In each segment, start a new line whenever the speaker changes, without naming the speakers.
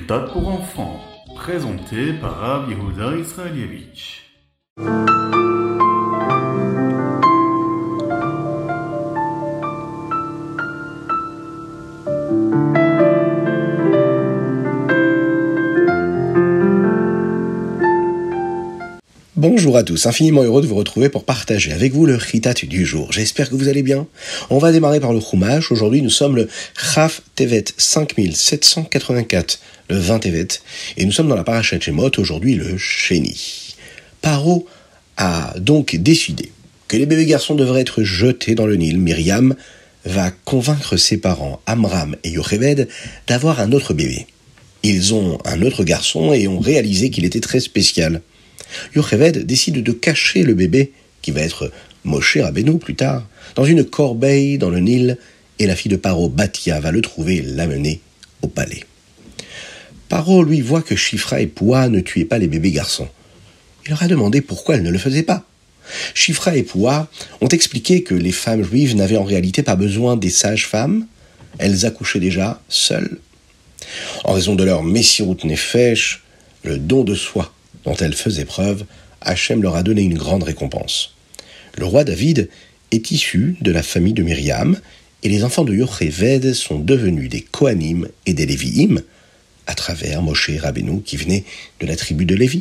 méthode pour enfants, présentée par Rav Yehuda Israelievich.
Bonjour à tous, infiniment heureux de vous retrouver pour partager avec vous le Chitat du jour. J'espère que vous allez bien. On va démarrer par le Chumash. Aujourd'hui, nous sommes le Chaf Tevet 5784, le 20 Tevet, et nous sommes dans la Parashat Shemot, aujourd'hui le Sheni. Paro a donc décidé que les bébés garçons devraient être jetés dans le Nil. Myriam va convaincre ses parents, Amram et Yocheved, d'avoir un autre bébé. Ils ont un autre garçon et ont réalisé qu'il était très spécial. Yocheved décide de cacher le bébé, qui va être Moshe Rabbeinu plus tard, dans une corbeille dans le Nil, et la fille de Paro, Batia, va le trouver et l'amener au palais. Paro, lui, voit que Shifra et Poua ne tuaient pas les bébés garçons. Il leur a demandé pourquoi elles ne le faisaient pas. Shifra et Poua ont expliqué que les femmes juives n'avaient en réalité pas besoin des sages-femmes, elles accouchaient déjà seules. En raison de leur Messirut Nefesh, le don de soi, dont elles faisaient preuve, Hachem leur a donné une grande récompense. Le roi David est issu de la famille de Myriam, et les enfants de Yocheved sont devenus des Kohanim et des Lévi'im, à travers Moshe Rabbeinu qui venait de la tribu de Lévi.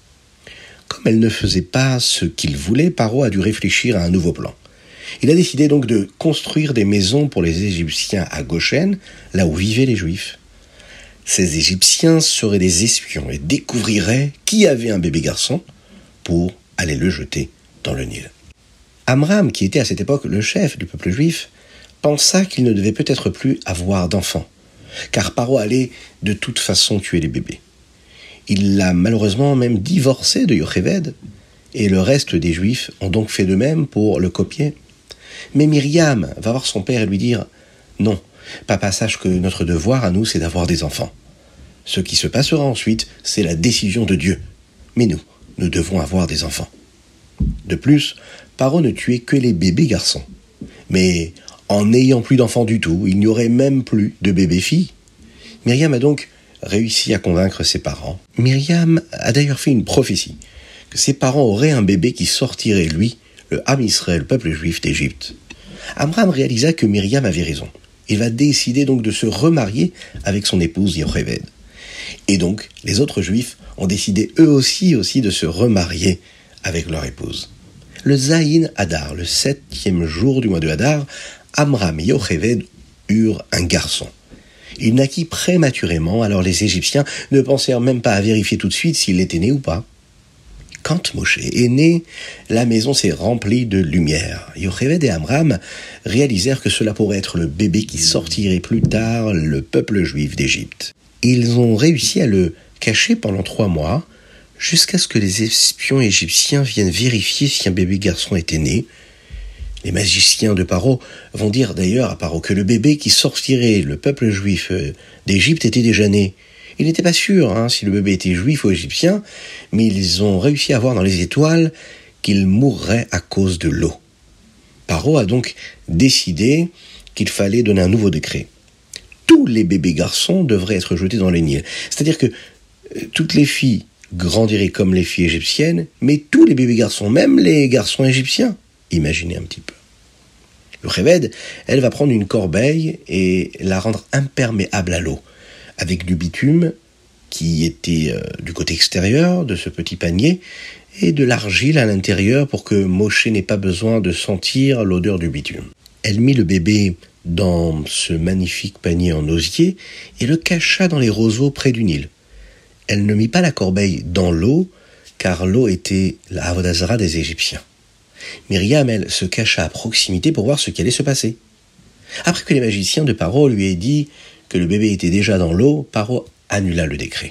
Comme elles ne faisaient pas ce qu'il voulait, Paro a dû réfléchir à un nouveau plan. Il a décidé donc de construire des maisons pour les Égyptiens à Goshen, là où vivaient les Juifs. Ces Égyptiens seraient des espions et découvriraient qui avait un bébé garçon pour aller le jeter dans le Nil. Amram, qui était à cette époque le chef du peuple juif, pensa qu'il ne devait peut-être plus avoir d'enfants, car Paro allait de toute façon tuer les bébés. Il l'a malheureusement même divorcé de Yocheved, et le reste des Juifs ont donc fait de même pour le copier. Mais Myriam va voir son père et lui dire « Non, papa sache que notre devoir à nous, c'est d'avoir des enfants. Ce qui se passera ensuite, c'est la décision de Dieu. Mais nous devons avoir des enfants. » De plus, Paro ne tuait que les bébés garçons. Mais en n'ayant plus d'enfants du tout, il n'y aurait même plus de bébés filles. Myriam a donc réussi à convaincre ses parents. Myriam a d'ailleurs fait une prophétie, que ses parents auraient un bébé qui sortirait, lui, le Ham Israël, le peuple juif d'Égypte. Amram réalisa que Myriam avait raison. Il va décider donc de se remarier avec son épouse Yocheved. Et donc, les autres juifs ont décidé eux aussi de se remarier avec leur épouse. Le Zayin Hadar, le 7e jour du mois de Hadar, Amram et Yocheved eurent un garçon. Il naquit prématurément, alors les Égyptiens ne pensèrent même pas à vérifier tout de suite s'il était né ou pas. Quand Moshe est né, la maison s'est remplie de lumière. Yocheved et Amram réalisèrent que cela pourrait être le bébé qui sortirait plus tard le peuple juif d'Égypte. Ils ont réussi à le cacher pendant 3 mois, jusqu'à ce que les espions égyptiens viennent vérifier si un bébé garçon était né. Les magiciens de Paro vont dire d'ailleurs à Paro que le bébé qui sortirait le peuple juif d'Égypte était déjà né. Ils n'étaient pas sûrs si le bébé était juif ou égyptien, mais ils ont réussi à voir dans les étoiles qu'il mourrait à cause de l'eau. Paro a donc décidé qu'il fallait donner un nouveau décret. Tous les bébés garçons devraient être jetés dans le Nil. C'est-à-dire que toutes les filles grandiraient comme les filles égyptiennes, mais tous les bébés garçons, même les garçons égyptiens, imaginez un petit peu. Yocheved, elle va prendre une corbeille et la rendre imperméable à l'eau, avec du bitume qui était du côté extérieur de ce petit panier et de l'argile à l'intérieur pour que Moshe n'ait pas besoin de sentir l'odeur du bitume. Elle mit le bébé dans ce magnifique panier en osier et le cacha dans les roseaux près du Nil. Elle ne mit pas la corbeille dans l'eau, car l'eau était la Avodah Zara des Égyptiens. Myriam, elle, se cacha à proximité pour voir ce qui allait se passer. Après que les magiciens de Paro lui aient dit que le bébé était déjà dans l'eau, Paro annula le décret.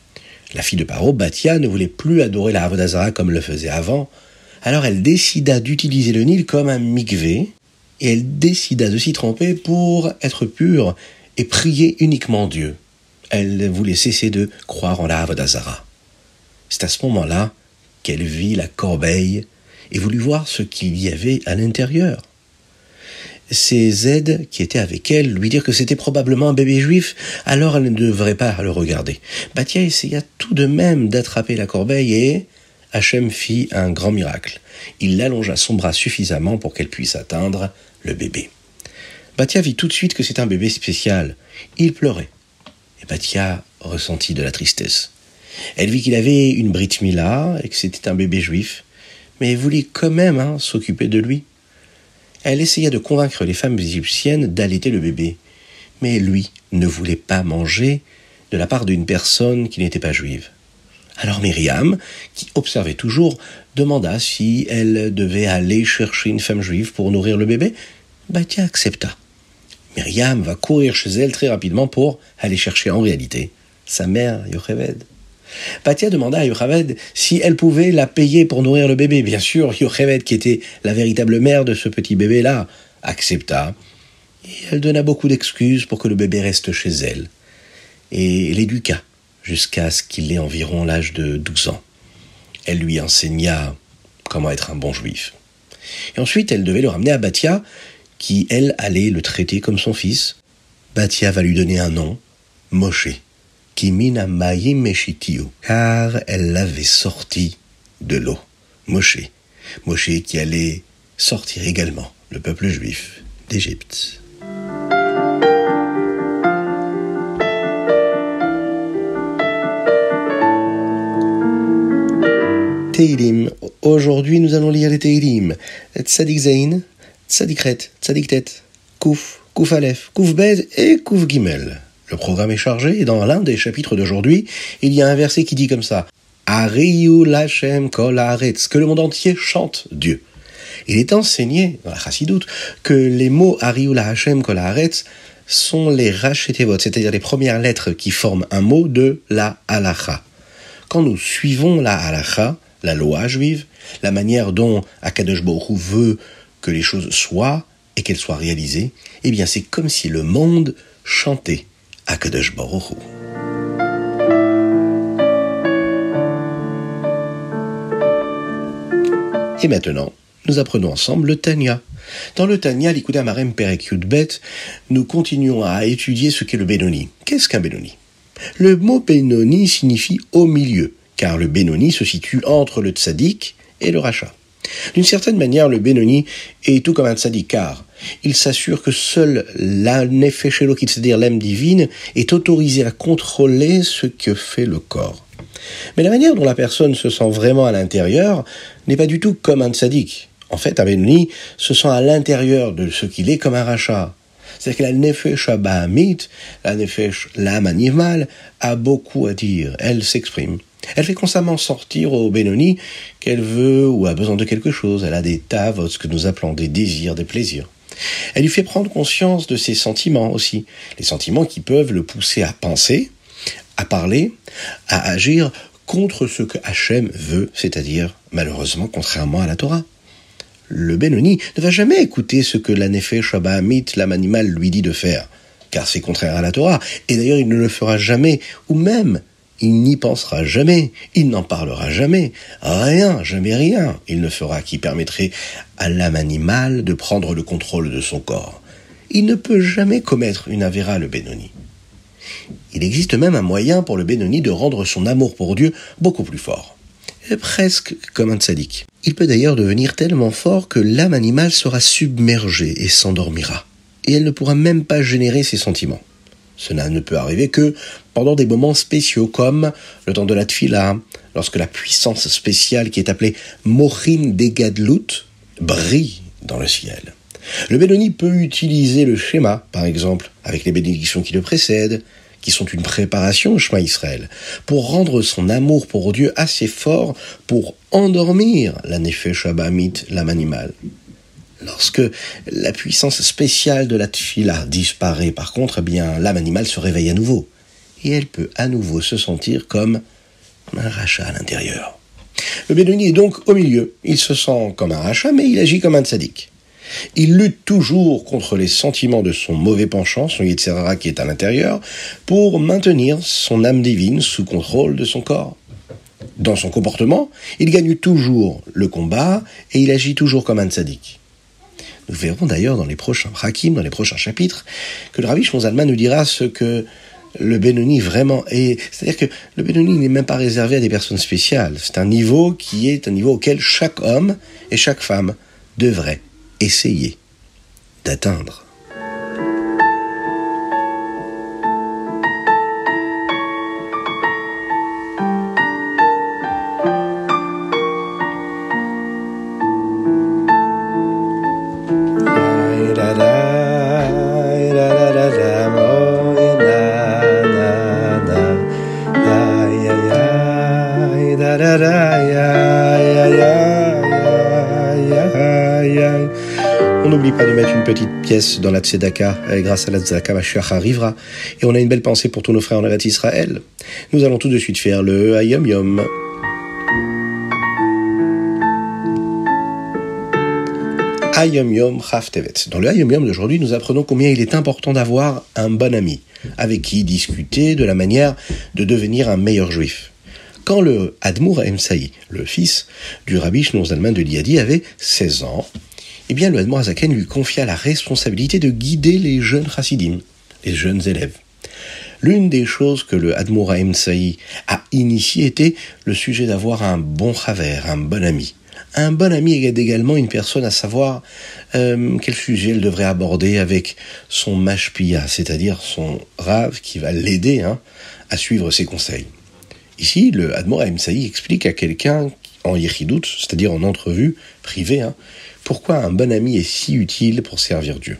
La fille de Paro, Batia, ne voulait plus adorer la Avodah Zara comme le faisait avant, alors elle décida d'utiliser le Nil comme un mikvé, et elle décida de s'y tremper pour être pure et prier uniquement Dieu. Elle voulait cesser de croire en la Avodah Zara. C'est à ce moment-là qu'elle vit la corbeille et voulut voir ce qu'il y avait à l'intérieur. ses aides qui étaient avec elle lui dirent que c'était probablement un bébé juif, alors elle ne devrait pas le regarder. Bathia essaya tout de même d'attraper la corbeille et Hachem fit un grand miracle. Il allongea son bras suffisamment pour qu'elle puisse atteindre le bébé. Bathia vit tout de suite que c'est un bébé spécial. Il pleurait. Et Bathia ressentit de la tristesse. Elle vit qu'il avait une Brit Mila et que c'était un bébé juif, mais elle voulait quand même s'occuper de lui. Elle essaya de convaincre les femmes égyptiennes d'allaiter le bébé, mais lui ne voulait pas manger de la part d'une personne qui n'était pas juive. Alors Myriam, qui observait toujours, demanda si elle devait aller chercher une femme juive pour nourrir le bébé. Bathia accepta. Myriam va courir chez elle très rapidement pour aller chercher en réalité sa mère, Yocheved. Bathia demanda à Yocheved si elle pouvait la payer pour nourrir le bébé. Bien sûr, Yocheved, qui était la véritable mère de ce petit bébé-là, accepta. Et elle donna beaucoup d'excuses pour que le bébé reste chez elle. Et l'éduqua jusqu'à ce qu'il ait environ l'âge de 12 ans. Elle lui enseigna comment être un bon juif. Et ensuite, elle devait le ramener à Bathia, qui, elle, allait le traiter comme son fils. Bathia va lui donner un nom, Moshe. Kimina Mayim Meshitiu, car elle l'avait sorti de l'eau. Moshe qui allait sortir également le peuple juif d'Égypte. Teilim. Aujourd'hui, nous allons lire les Teilim. Tzadik Zain, Tzadik Ret, Tzadik Tet, Kouf, Kouf Aleph, Kouf Bed et Kouf Gimel. Le programme est chargé et dans l'un des chapitres d'aujourd'hui, il y a un verset qui dit comme ça: Ariyu Lashem Kol Haaretz, que le monde entier chante Dieu. Il est enseigné dans la Chassidoute que les mots Ariyu Lashem Kol Haaretz sont les Rachetevot, c'est-à-dire les premières lettres qui forment un mot de la halacha. Quand nous suivons la halacha, la loi juive, la manière dont Akadosh Baruch Hu veut que les choses soient et qu'elles soient réalisées, eh bien c'est comme si le monde chantait Akadosh Baruch Hu. Et maintenant, nous apprenons ensemble le Tanya. Dans le Tanya, Likutei Amarim Perek Yud-Bet, nous continuons à étudier ce qu'est le Benoni. Qu'est-ce qu'un Benoni ? Le mot Benoni signifie au milieu, car le Benoni se situe entre le Tzadik et le Racha. D'une certaine manière, le Benoni est tout comme un Tzadik, car il s'assure que seule la Nefesh Elokit, c'est-à-dire l'âme divine, est autorisée à contrôler ce que fait le corps. Mais la manière dont la personne se sent vraiment à l'intérieur n'est pas du tout comme un Tzadik. En fait, un Benoni se sent à l'intérieur de ce qu'il est comme un Racha. C'est-à-dire que la Nefesh Bahamit, la Nefesh, l'âme animale, a beaucoup à dire. Elle s'exprime. Elle fait constamment sortir au Benoni qu'elle veut ou a besoin de quelque chose. Elle a des tavot, ce que nous appelons des désirs, des plaisirs. Elle lui fait prendre conscience de ses sentiments aussi. Les sentiments qui peuvent le pousser à penser, à parler, à agir contre ce que Hachem veut, c'est-à-dire, malheureusement, contrairement à la Torah. Le Benoni ne va jamais écouter ce que la Nefesh Bahamit, l'âme animale, lui dit de faire, car c'est contraire à la Torah. Et d'ailleurs, il ne le fera jamais, ou même, il n'y pensera jamais, il n'en parlera jamais, jamais rien. Il ne fera qui permettrait à l'âme animale de prendre le contrôle de son corps. Il ne peut jamais commettre une avéra, le Benoni. Il existe même un moyen pour le Benoni de rendre son amour pour Dieu beaucoup plus fort. Presque comme un tzaddik. Il peut d'ailleurs devenir tellement fort que l'âme animale sera submergée et s'endormira. Et elle ne pourra même pas générer ses sentiments. Cela ne peut arriver que pendant des moments spéciaux comme le temps de la tfila, lorsque la puissance spéciale qui est appelée Mochin Degadlut brille dans le ciel. Le Benoni peut utiliser le schéma, par exemple, avec les bénédictions qui le précèdent, qui sont une préparation au Shema Israël, pour rendre son amour pour Dieu assez fort pour endormir la Nefesh Bahamit, l'âme animale. Lorsque la puissance spéciale de la tfila disparaît, par contre, eh bien, l'âme animale se réveille à nouveau. Et elle peut à nouveau se sentir comme un rachat à l'intérieur. Le Benoni est donc au milieu. Il se sent comme un rachat, mais il agit comme un tzaddik. Il lutte toujours contre les sentiments de son mauvais penchant, son Yetzirah qui est à l'intérieur, pour maintenir son âme divine sous contrôle de son corps. Dans son comportement, il gagne toujours le combat et il agit toujours comme un tzaddik. Nous verrons d'ailleurs dans les prochains Prakim, dans les prochains chapitres, que le Rabbi Shlomo Zalman nous dira ce que le Benoni vraiment est. C'est-à-dire que le Benoni n'est même pas réservé à des personnes spéciales. C'est un niveau qui est un niveau auquel chaque homme et chaque femme devrait essayer d'atteindre. On n'oublie pas de mettre une petite pièce dans la Tzedaka, grâce à la Tzedaka, Mashiach arrivera. Et on a une belle pensée pour tous nos frères en Eretz Israël. Nous allons tout de suite faire le Hayom Yom. Hayom Yom Chaf Tevet. Dans le Hayom Yom d'aujourd'hui, nous apprenons combien il est important d'avoir un bon ami, avec qui discuter de la manière de devenir un meilleur juif. Quand le Admour Emsaï, le fils du Rabbi Shlomo Zalman de Liadi, avait 16 ans, eh bien le Admour Hazaken lui confia la responsabilité de guider les jeunes chassidim, les jeunes élèves. L'une des choses que le Admour Emsaï a initié était le sujet d'avoir un bon chaver, un bon ami. Un bon ami aide également une personne à savoir quel sujet elle devrait aborder avec son mashpia, c'est-à-dire son rave qui va l'aider à suivre ses conseils. Ici, le Admour Emsaï explique à quelqu'un en yichidut, c'est-à-dire en entrevue privée, pourquoi un bon ami est si utile pour servir Dieu.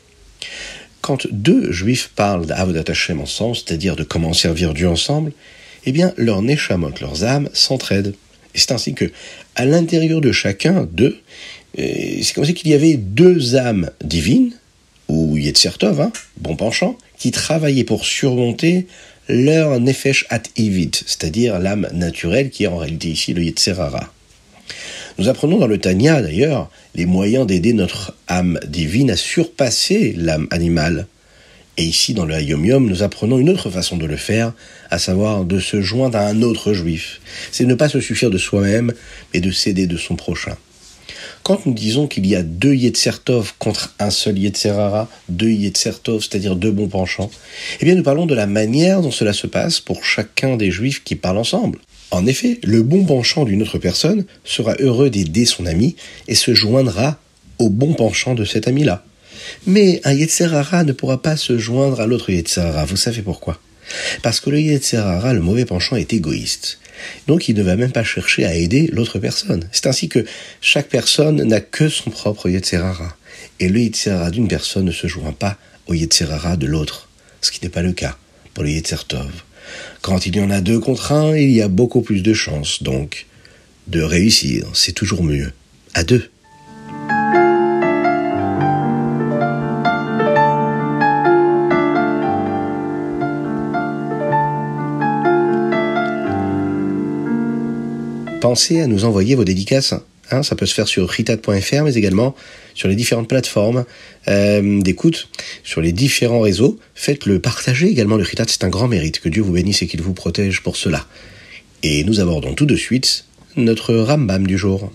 Quand deux juifs parlent d'Avodat Hashem ensemble, c'est-à-dire de comment servir Dieu ensemble, eh bien, leurs neshamot, leurs âmes, s'entraident. Et c'est ainsi que, à l'intérieur de chacun d'eux, c'est comme si qu'il y avait deux âmes divines, ou Yetzer Tov, bon penchant, qui travaillaient pour surmonter leur nefesh at ivit, c'est-à-dire l'âme naturelle qui est en réalité ici le Yetzer Hara. Nous apprenons dans le Tanya d'ailleurs les moyens d'aider notre âme divine à surpasser l'âme animale. Et ici dans le Hayom Yom, nous apprenons une autre façon de le faire, à savoir de se joindre à un autre juif. C'est ne pas se suffire de soi-même, mais de s'aider de son prochain. Quand nous disons qu'il y a deux Yetzer Tov contre un seul Yetzer Hara, deux Yetzer Tov, c'est-à-dire deux bons penchants, eh bien nous parlons de la manière dont cela se passe pour chacun des juifs qui parlent ensemble. En effet, le bon penchant d'une autre personne sera heureux d'aider son ami et se joindra au bon penchant de cet ami-là. Mais un Yetzer Hara ne pourra pas se joindre à l'autre Yetzer Hara. Vous savez pourquoi ? Parce que le Yetzer Hara, le mauvais penchant, est égoïste. Donc il ne va même pas chercher à aider l'autre personne. C'est ainsi que chaque personne n'a que son propre Yetzer Hara. Et le Yetzer Hara d'une personne ne se joint pas au Yetzer Hara de l'autre. Ce qui n'est pas le cas pour le Yetzer Tov. Quand il y en a deux contre un, il y a beaucoup plus de chances, donc, de réussir. C'est toujours mieux à deux. Pensez à nous envoyer vos dédicaces. Ça peut se faire sur ritat.fr, mais également sur les différentes plateformes d'écoute, sur les différents réseaux. Faites-le, partagez également le Ritat, c'est un grand mérite. Que Dieu vous bénisse et qu'il vous protège pour cela. Et nous abordons tout de suite notre Rambam du jour.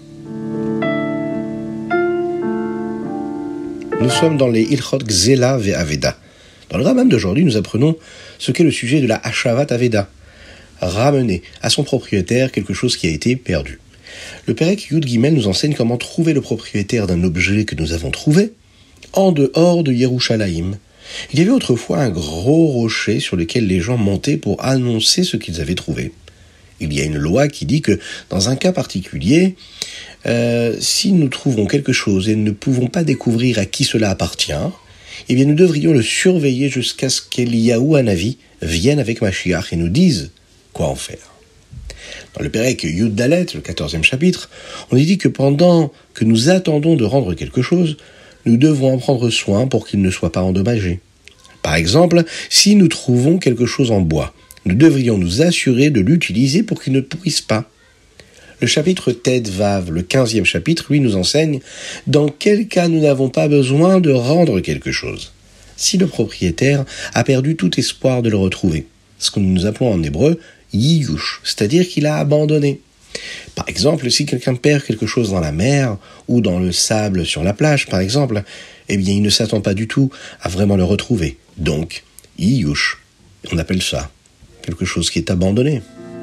Nous sommes dans les Ilchot Gzela ve Aveda. Dans le Rambam d'aujourd'hui, nous apprenons ce qu'est le sujet de la Hashavat Aveda. Ramener à son propriétaire quelque chose qui a été perdu. Le Perek Yud Gimel nous enseigne comment trouver le propriétaire d'un objet que nous avons trouvé en dehors de Yerushalayim. Il y avait autrefois un gros rocher sur lequel les gens montaient pour annoncer ce qu'ils avaient trouvé. Il y a une loi qui dit que dans un cas particulier, si nous trouvons quelque chose et ne pouvons pas découvrir à qui cela appartient, eh bien nous devrions le surveiller jusqu'à ce qu'Eliyahu Hanavi vienne avec Mashiach et nous dise quoi en faire. Dans le Perek Yud Dalet, le 14e chapitre, on dit que pendant que nous attendons de rendre quelque chose, nous devons en prendre soin pour qu'il ne soit pas endommagé. Par exemple, si nous trouvons quelque chose en bois, nous devrions nous assurer de l'utiliser pour qu'il ne pourrisse pas. Le chapitre Ted Vav, le 15e chapitre, lui nous enseigne dans quel cas nous n'avons pas besoin de rendre quelque chose. Si le propriétaire a perdu tout espoir de le retrouver, ce que nous appelons en hébreu Yiyush, c'est-à-dire qu'il a abandonné. Par exemple, si quelqu'un perd quelque chose dans la mer ou dans le sable sur la plage, par exemple, eh bien, il ne s'attend pas du tout à vraiment le retrouver. Donc, iyush, on appelle ça quelque chose qui est abandonné.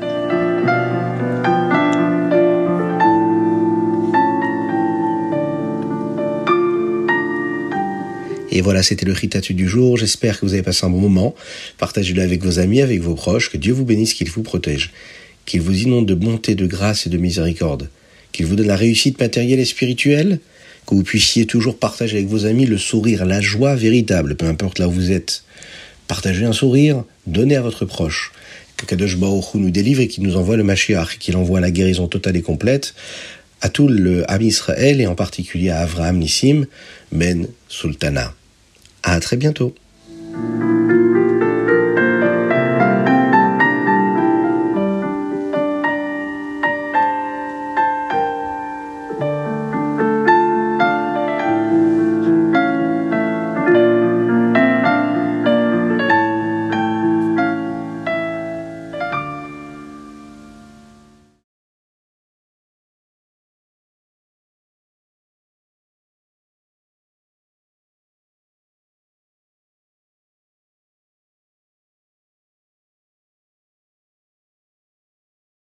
Et voilà, c'était le Ritatu du jour. J'espère que vous avez passé un bon moment. Partagez-le avec vos amis, avec vos proches. Que Dieu vous bénisse, qu'il vous protège. Qu'il vous inonde de bonté, de grâce et de miséricorde. Qu'il vous donne la réussite matérielle et spirituelle. Que vous puissiez toujours partager avec vos amis le sourire, la joie véritable, peu importe là où vous êtes. Partagez un sourire, donnez à votre proche. Que Kadosh Baruch Hu nous délivre et qu'il nous envoie le Mashiach, qu'il envoie la guérison totale et complète à tout le Ham Israël et en particulier à Avraham Nissim Ben Sultana. À très bientôt.